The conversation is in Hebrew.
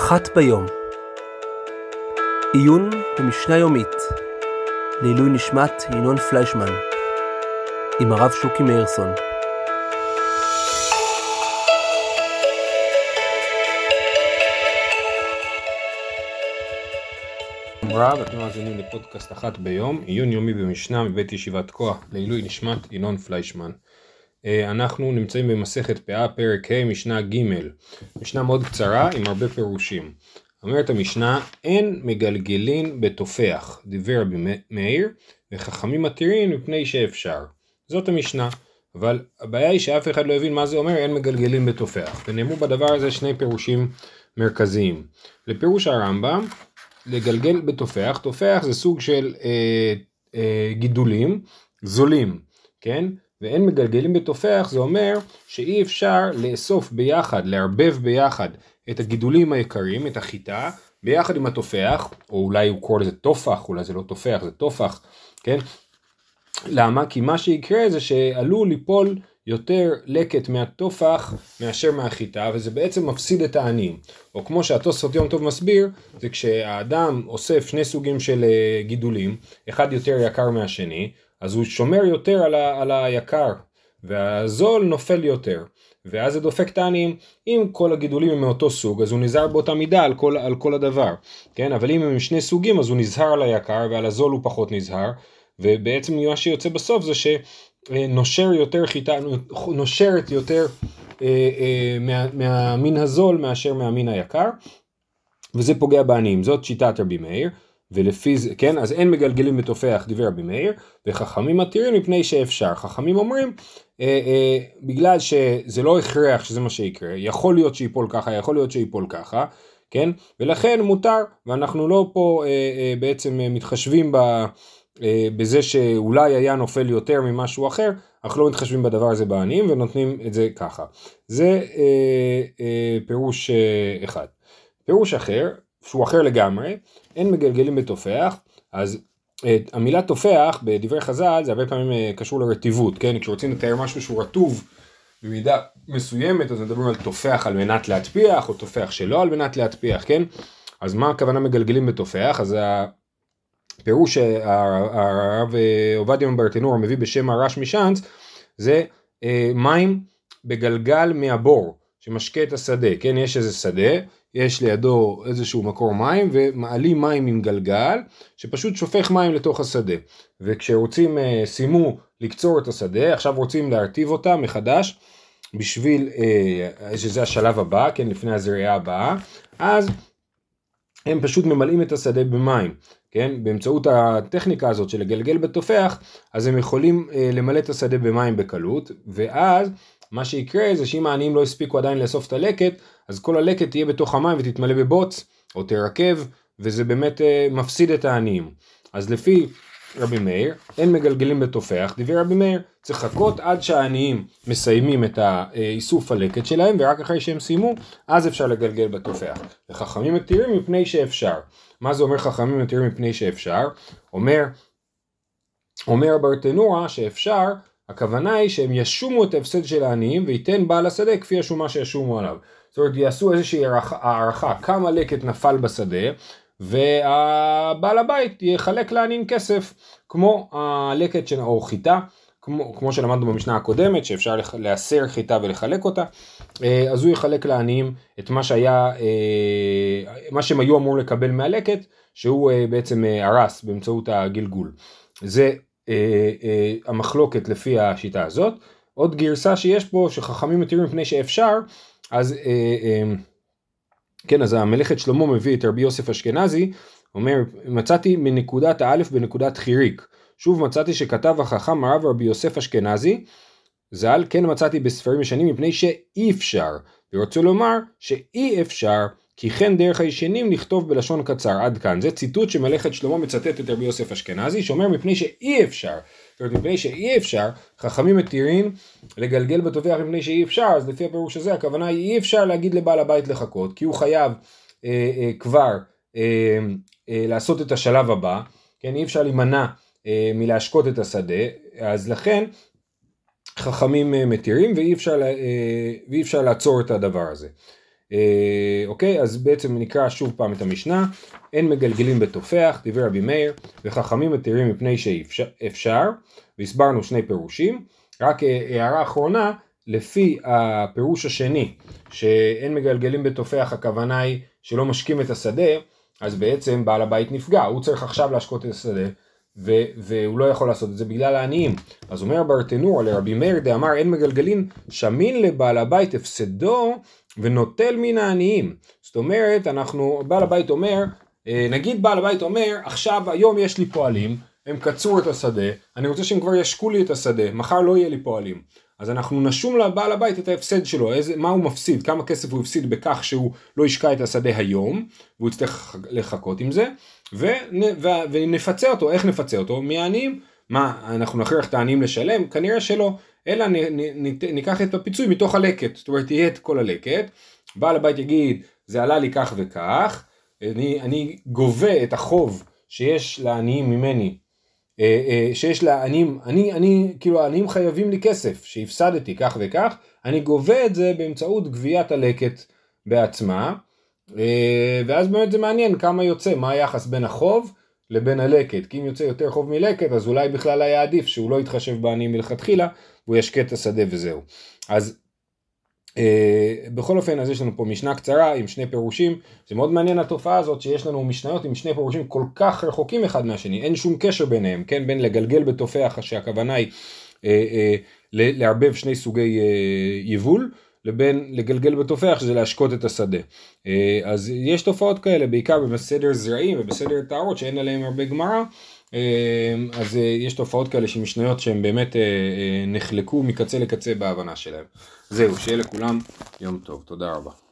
אחת ביום. עיון במשנה יומית לעילוי נשמת ינון פליישמן עם הרב שוקי מאירסון. ואתם מאזינים לפודקאסט אחת ביום, עיון יומי במשנה מבית ישיבת כוח לעילוי נשמת ינון פליישמן. אנחנו נמצאים במסכת פאה פרק ה' משנה ג', משנה מאוד קצרה עם הרבה פירושים. אומרת המשנה, אין מגלגלין בתופח, דיבר רבי מאיר, וחכמים מתירים מפני שאפשר. זאת המשנה, אבל הבעיה היא שאף אחד לא הבין מה זה אומר אין מגלגלין בתופח, ונאמרו בדבר הזה שני פירושים מרכזיים. לפירוש הרמב"ם, לגלגל בתופח, תופח זה סוג של גידולים זולים, כן? ואין מגלגלים בתופח, זה אומר שאי אפשר לאסוף ביחד, לערבב ביחד את הגידולים היקרים, את החיטה, ביחד עם התופח, או אולי הוא קורא לזה תופח, אולי זה לא תופח, זה תופח, כן? למה? כי מה שיקרה זה שעלול ליפול יותר לקט מהתופח מאשר מהחיטה, וזה בעצם מפסיד את העניים. או כמו שהתוספות יום טוב מסביר, זה כשהאדם אוסף שני סוגים של גידולים, אחד יותר יקר מהשני, אז הוא שומר יותר על היקר, והזול נופל יותר, ואז זה דופק את העניים. אם כל הגידולים הם מאותו סוג, אז הוא נזהר באותה מידה על כל הדבר, כן? אבל אם הם שני סוגים, אז הוא נזהר על היקר, ועל הזול הוא פחות נזהר, ובעצם מה שיוצא בסוף זה שנושר יותר חיטה, נושרת יותר מהמין הזול מאשר מהמין היקר, וזה פוגע בעניים. זאת שיטת רבי מאיר, ולפי זה, כן, אז אין מגלגלים בתופח, דיבר רבי מאיר, וחכמים מתירים מפני שאפשר. חכמים אומרים, בגלל שזה לא הכרח שזה מה שיקרה, יכול להיות שיפול ככה, יכול להיות שיפול ככה, כן, ולכן מותר, ואנחנו לא פה בעצם מתחשבים בזה שאולי היה נופל יותר ממשהו אחר, אנחנו לא מתחשבים בדבר הזה בעניים, ונותנים את זה ככה. זה פירוש אחד. פירוש אחר, שהוא אחר לגמרי, אין מגלגלים בתופח. אז המילה תופח בדברי חז"ל זה הרבה פעמים קשור לרטיבות, כן? כשרוצים לתאר משהו שהוא רטוב במידה מסוימת, אז מדברים על תופח על מנת להטפיח, או תופח שלא על מנת להטפיח, כן? אז מה הכוונה מגלגלים בתופח? אז הפירוש שהרב עובדיה מברטנור מביא בשם הרש משאנץ, זה מים בגלגל מהבור שמשקה את השדה, כן? יש איזה שדה, יש לידו איזשהו מקור מים, ומעלים מים עם גלגל, שפשוט שופך מים לתוך השדה. וכשרוצים, שימו לקצור את השדה, עכשיו רוצים להרטיב אותה מחדש, בשביל, שזה השלב הבא, כן, לפני הזריעה הבאה, אז הם פשוט ממלאים את השדה במים, כן, באמצעות הטכניקה הזאת של לגלגל בתופח, אז הם יכולים למלא את השדה במים בקלות, ואז מה שיקרה זה שאם העניים לא הספיקו עדיין לאסוף את הלקט, אז כל הלקט תהיה בתוך המים ותתמלא בבוץ, או תרכב, וזה באמת מפסיד את העניים. אז לפי רבי מאיר, אין מגלגלים בתופח, דיבר רבי מאיר, צריך לחכות עד שהעניים מסיימים את איסוף הלקט שלהם, ורק אחרי שהם סיימו, אז אפשר לגלגל בתופח. וחכמים מתירים מפני שאפשר. מה זה אומר חכמים מתירים מפני שאפשר? אומר ברטנורה שאפשר, הכוונה היא שהם ישומו את ההפסד של העניים, וייתן בעל השדה כפי השומה שישומו עליו. זאת אומרת, יעשו איזושהי הערכה, כמה לקט נפל בשדה, והבעל הבית יחלק לעניים כסף, כמו הלקט או חיטה, כמו שלמדנו במשנה הקודמת, שאפשר לאסר חיטה ולחלק אותה, אז הוא יחלק לעניים את מה שהיה, מה שהם היו אמור לקבל מהלקט, שהוא בעצם הרס באמצעות הגלגול. זה המחלוקת לפי השיטה הזאת. עוד גרסה שיש פה שחכמים מתירים מפני שאפשר, אז כן, אז המלאכת שלמה מביא את רבי יוסף אשכנזי, אומר, מצאתי מנקודת האלף בנקודת חיריק. שוב מצאתי שכתב החכם הרב רבי יוסף אשכנזי, ז"ל, כן מצאתי בספרים ישנים מפני שאי אפשר, ורוצה לומר שאי אפשר, כי כן דרך הישנים לכתוב בלשון קצר. עד כאן. זה ציטוט שמלאכת שלמה מצטט את רבי יוסף אשכנזי, שאומר מפני שאי אפשר. זאת אומרת, מפני שאי אפשר, חכמים מתירים לגלגל בתופח מפני שאי אפשר, אז לפי הפירוש הזה, הכוונה היא אי אפשר להגיד לבעל הבית לחכות, כי הוא חייב כבר לעשות את השלב הבא, כן, אי אפשר להימנע מלהשקות את השדה, אז לכן חכמים מתירים, ואי אפשר לעצור את הדבר הזה. אוקיי, אז בעצם נקרא שוב פעם את המשנה. אין מגלגלים בתופח, דיבר רבי מאיר, וחכמים מתירים מפני שאפשר, והסברנו שני פירושים. רק הערה אחרונה, לפי הפירוש השני, שאין מגלגלים בתופח, הכוונה היא שלא משקים את השדה, אז בעצם בעל הבית נפגע, הוא צריך עכשיו להשקות את השדה, והוא לא יכול לעשות את זה בגלל העניים. אז אומר ברטנור לרבי מאיר דאמר אין מגלגלין, שמין לבעל הבית הפסדו ונוטל מן העניים. זאת אומרת, בעל הבית אומר, נגיד בעל הבית אומר, עכשיו היום יש לי פועלים, הם קצרו את השדה, אני רוצה שהם כבר ישקו לי את השדה, מחר לא יהיה לי פועלים. אז אנחנו נשום לבעל הבית את ההפסד שלו, מה הוא מפסיד, כמה כסף הוא הפסיד בכך שהוא לא ישקע את השדה היום, והוא יצטרך לחכות עם זה, ונפצה אותו. איך נפצה אותו? מהעניים. מה, אנחנו נכריח את העניים לשלם? כנראה שלא, אלא ניקח את הפיצוי מתוך הלקט, זאת אומרת תהיה את כל הלקט, בעל הבית יגיד זה עלה לי כך וכך, אני גובה את החוב שיש לעניים ממני, שיש לעניים, כאילו העניים חייבים לי כסף שהפסדתי כך וכך, אני גובה את זה באמצעות גביית הלקט בעצמה, ואז באמת זה מעניין כמה יוצא, מה היחס בין החוב לבין הלקט, כי אם יוצא יותר חוב מלקט, אז אולי בכלל היה עדיף שהוא לא יתחשב בעניים מלכתחילה, והוא ישקט את השדה וזהו. אז בכל אופן, אז יש לנו פה משנה קצרה עם שני פירושים, זה מאוד מעניין התופעה הזאת שיש לנו משניות עם שני פירושים כל כך רחוקים אחד מהשני, אין שום קשר ביניהם, כן, בין לגלגל בתופח שהכוונה היא לערבב שני סוגי יבול, לבין לגלגל בתופח שזה להשקות את השדה. אז יש תופעות כאלה, בעיקר בסדר זרעים ובסדר טהרות שאין עליהם הרבה גמרא, אז יש תופעות כאלה של משניות שהם באמת נחלקו מקצה לקצה בהבנה שלהם. זהו, שיהיה לכולם יום טוב, תודה רבה.